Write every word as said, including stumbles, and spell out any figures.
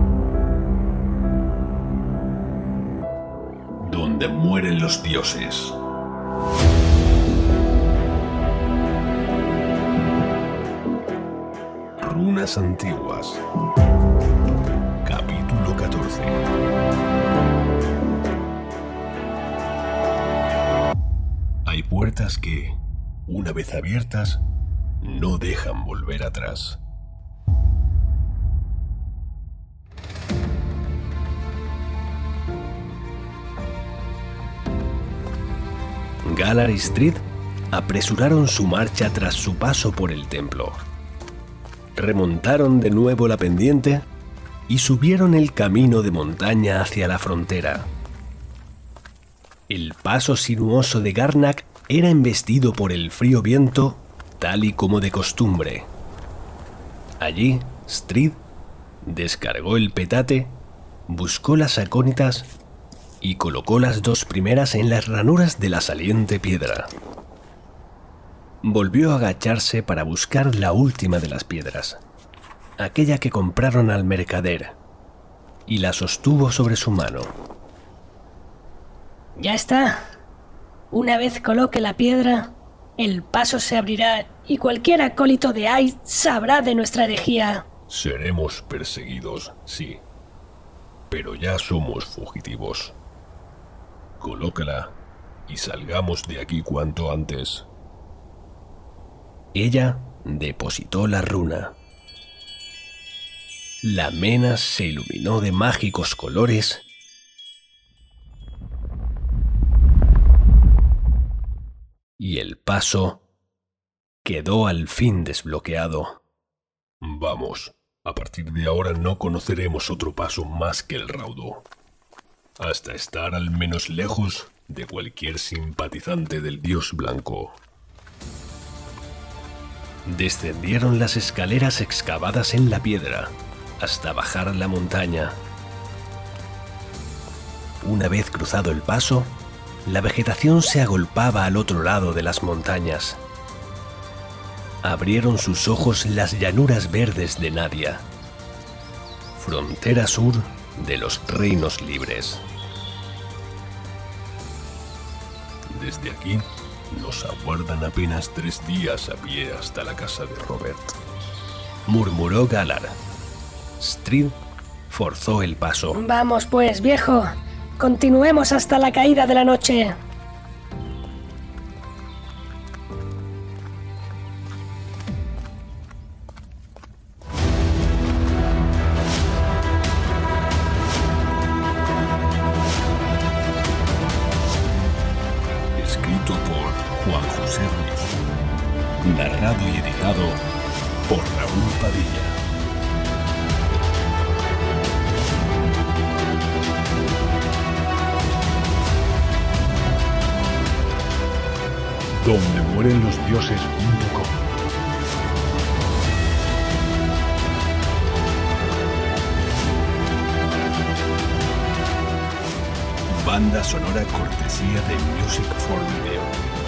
Donde mueren los dioses. Runas antiguas. Capítulo catorce. Hay puertas que, una vez abiertas, no dejan volver atrás. Galar y Strid apresuraron su marcha tras su paso por el templo. Remontaron de nuevo la pendiente y subieron el camino de montaña hacia la frontera. El paso sinuoso de Garnak era embestido por el frío viento, tal y como de costumbre. Allí, Strid descargó el petate, buscó las acónitas y colocó las dos primeras en las ranuras de la saliente piedra. Volvió a agacharse para buscar la última de las piedras, aquella que compraron al mercader, y la sostuvo sobre su mano. Ya está. Una vez coloque la piedra, el paso se abrirá y cualquier acólito de Ai sabrá de nuestra herejía. Seremos perseguidos, sí, pero ya somos fugitivos. Colócala y salgamos de aquí cuanto antes. Ella depositó la runa. La mena se iluminó de mágicos colores y el paso quedó al fin desbloqueado. Vamos, a partir de ahora no conoceremos otro paso más que el raudo, hasta estar al menos lejos de cualquier simpatizante del dios blanco. Descendieron las escaleras excavadas en la piedra hasta bajar la montaña. Una vez cruzado el paso, la vegetación se agolpaba al otro lado de las montañas. Abrieron sus ojos las llanuras verdes de Nadia, frontera sur de los reinos libres. Desde aquí nos aguardan apenas tres días a pie hasta la casa de Robert, murmuró Galar. Strid forzó el paso. Vamos pues, viejo. Continuemos hasta la caída de la noche. Escrito por Juan José Ruiz. Narrado y editado por Raúl Padilla. Donde mueren los dioses punto com. Banda sonora cortesía de Music for Video.